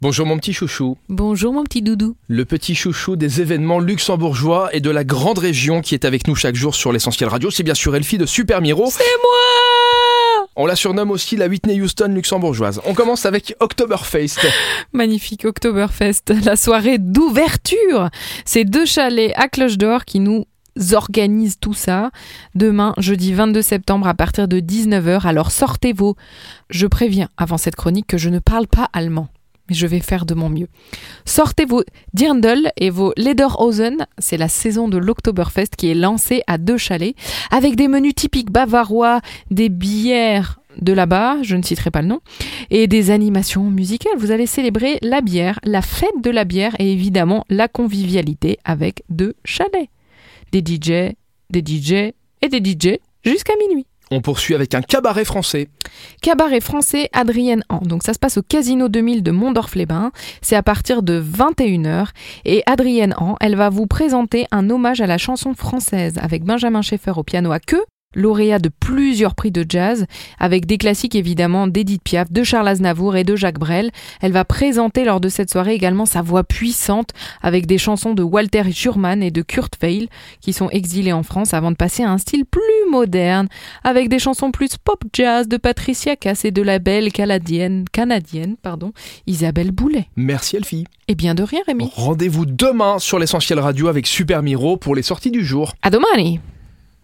Bonjour mon petit chouchou. Bonjour mon petit doudou. Le petit chouchou des événements luxembourgeois et de la grande région qui est avec nous chaque jour sur l'Essentiel Radio, c'est bien sûr Elfie de Super Miro. C'est moi! On la surnomme aussi la Whitney Houston luxembourgeoise. On commence avec Oktoberfest. Magnifique Oktoberfest, la soirée d'ouverture. C'est 2 chalets à Cloche d'Or qui nous organisent tout ça. Demain, jeudi 22 septembre à partir de 19h. Alors sortez vos... Je préviens avant cette chronique que je ne parle pas allemand. Mais je vais faire de mon mieux. Sortez vos Dirndl et vos Lederhosen, c'est la saison de l'Oktoberfest qui est lancée à 2 chalets, avec des menus typiques bavarois, des bières de là-bas, je ne citerai pas le nom, et des animations musicales. Vous allez célébrer la bière, la fête de la bière et évidemment la convivialité avec 2 chalets. Des DJ et des DJ jusqu'à minuit. On poursuit avec un cabaret français. Cabaret français Adrienne Han. Donc ça se passe au Casino 2000 de Mondorf-les-Bains. C'est à partir de 21h. Et Adrienne Han, elle va vous présenter un hommage à la chanson française avec Benjamin Scheffer au piano à queue, lauréat de plusieurs prix de jazz, avec des classiques évidemment d'Edith Piaf, de Charles Aznavour et de Jacques Brel. Elle va présenter lors de cette soirée également sa voix puissante avec des chansons de Walter Schurman et de Kurt Weill qui sont exilés en France avant de passer à un style plus moderne avec des chansons plus pop jazz de Patricia Cass et de la belle canadienne, Isabelle Boulay. Merci Elfie. Et bien de rien Rémi. Rendez-vous demain sur l'Essentiel Radio avec Super Miro pour les sorties du jour. À domani.